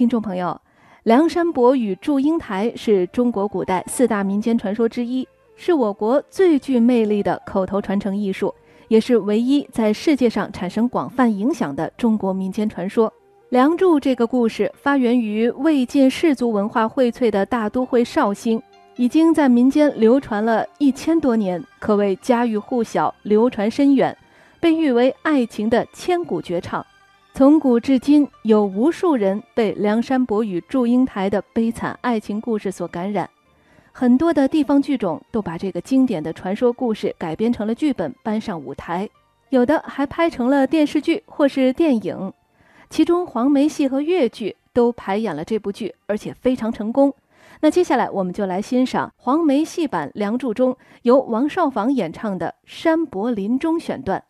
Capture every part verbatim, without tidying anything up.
听众朋友，梁山伯与祝英台是中国古代四大民间传说之一，是我国最具魅力的口头传承艺术，也是唯一在世界上产生广泛影响的中国民间传说。梁祝这个故事发源于魏晋氏族文化荟萃的大都会绍兴，已经在民间流传了一千多年，可谓家喻户晓，流传深远，被誉为爱情的千古绝唱。从古至今，有无数人被梁山伯与祝英台的悲惨爱情故事所感染，很多的地方剧种都把这个经典的传说故事改编成了剧本，搬上舞台，有的还拍成了电视剧或是电影。其中黄梅戏和越剧都排演了这部剧，而且非常成功。那接下来我们就来欣赏黄梅戏版《梁祝》中由王少舫演唱的《山伯临终》选段。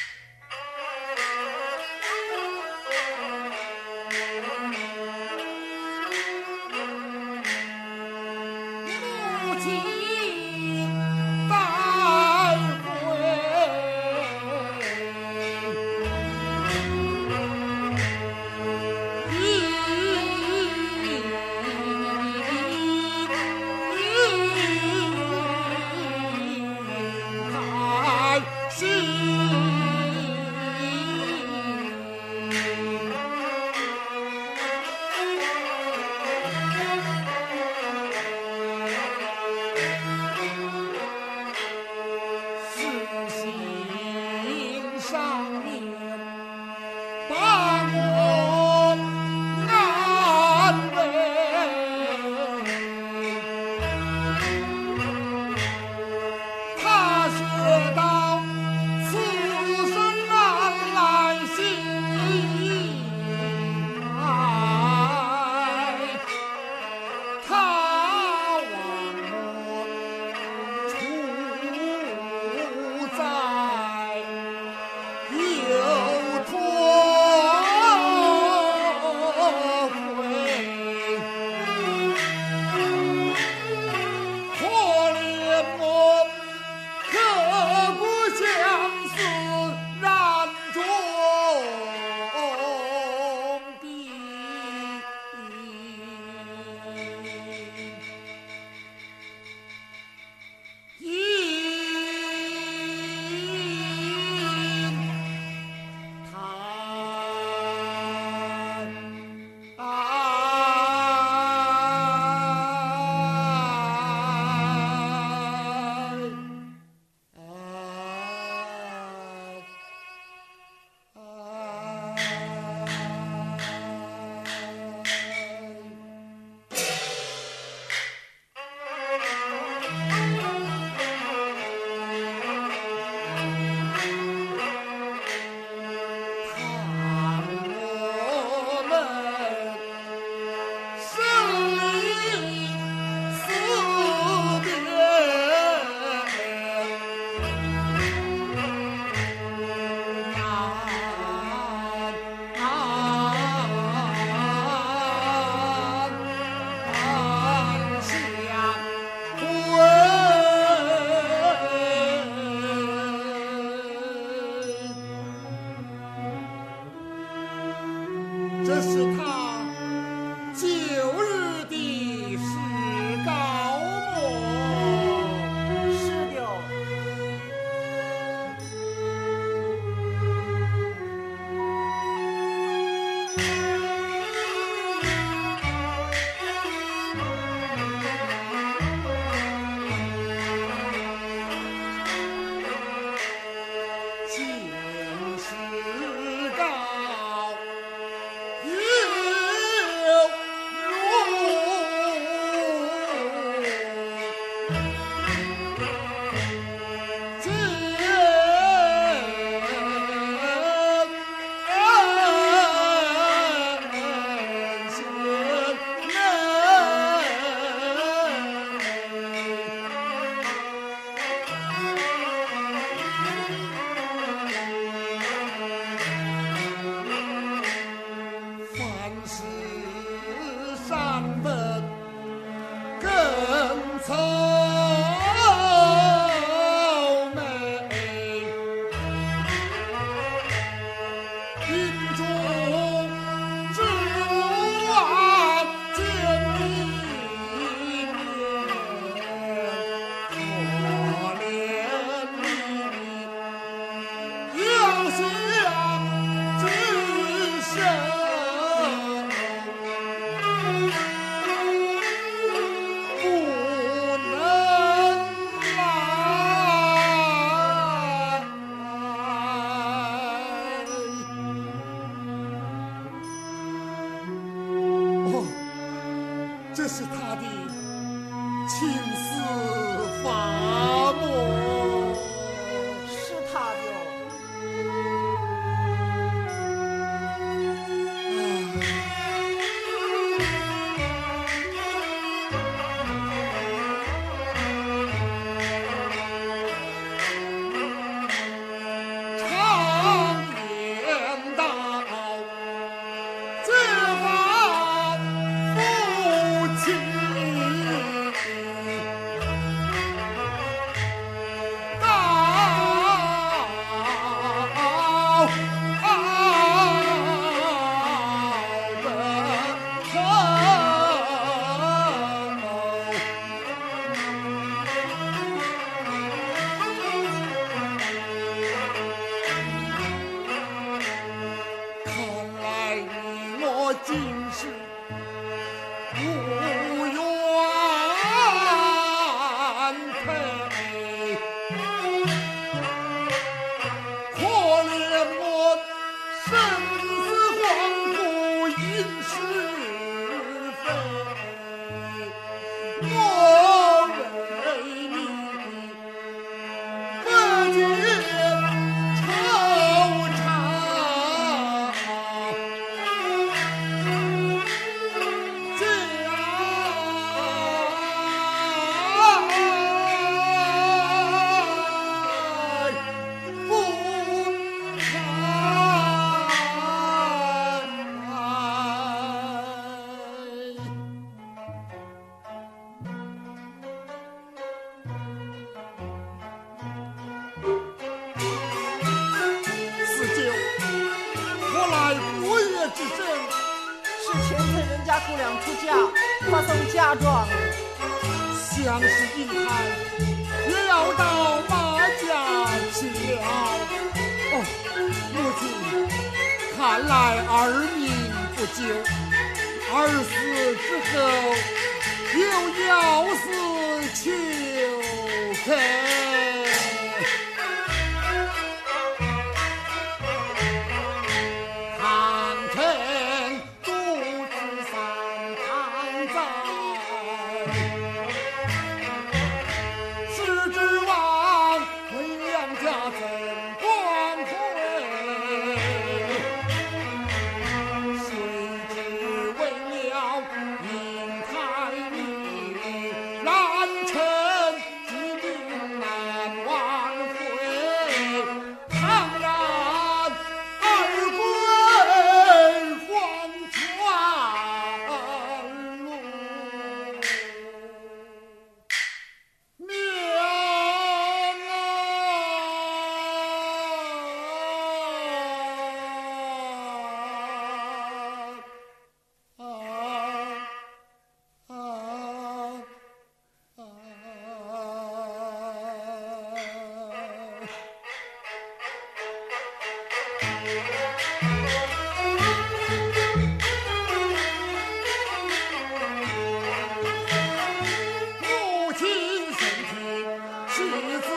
这是他旧日的诗稿么？ 是的。 旧诗稿山本更凑美，云中之外这是他的青丝发墨， 是他的。 今世无缘配，可怜我生死黄土因是非，我为你不解惆怅。 前催人家姑娘出嫁，发送嫁妆。 相识一谈，也要到马家去了。哦，母亲，看来儿命不久，儿死之后又要死求配。堂臣独自三堂在，是指望为娘家增光辉，谁知为了英台女，难成机灵难挽回，倘然儿归黄泉路。母亲身体是自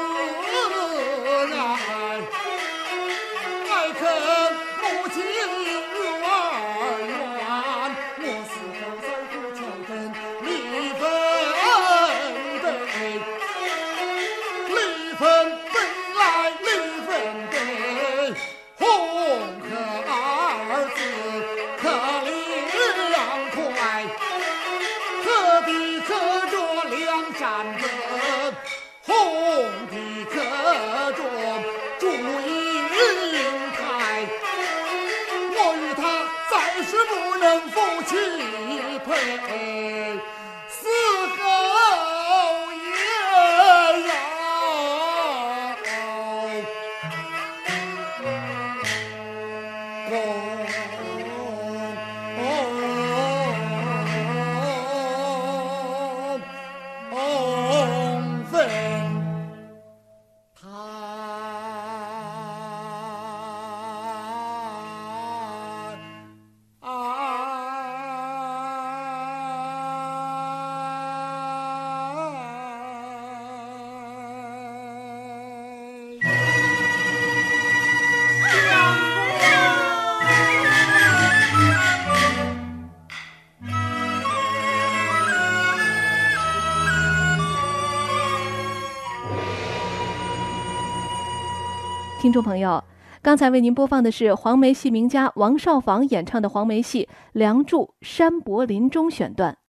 爱，爱肯母亲如儿愿，我死后再不求根离分对，离分本来离分对，红可儿子可凉快，可比可着两盏灯，红的可着祝英台，我与他暂时不能夫妻配，死后也要公分他听众朋友，刚才为您播放的是黄梅戏名家王少舫演唱的黄梅戏《梁祝·山伯临终》选段。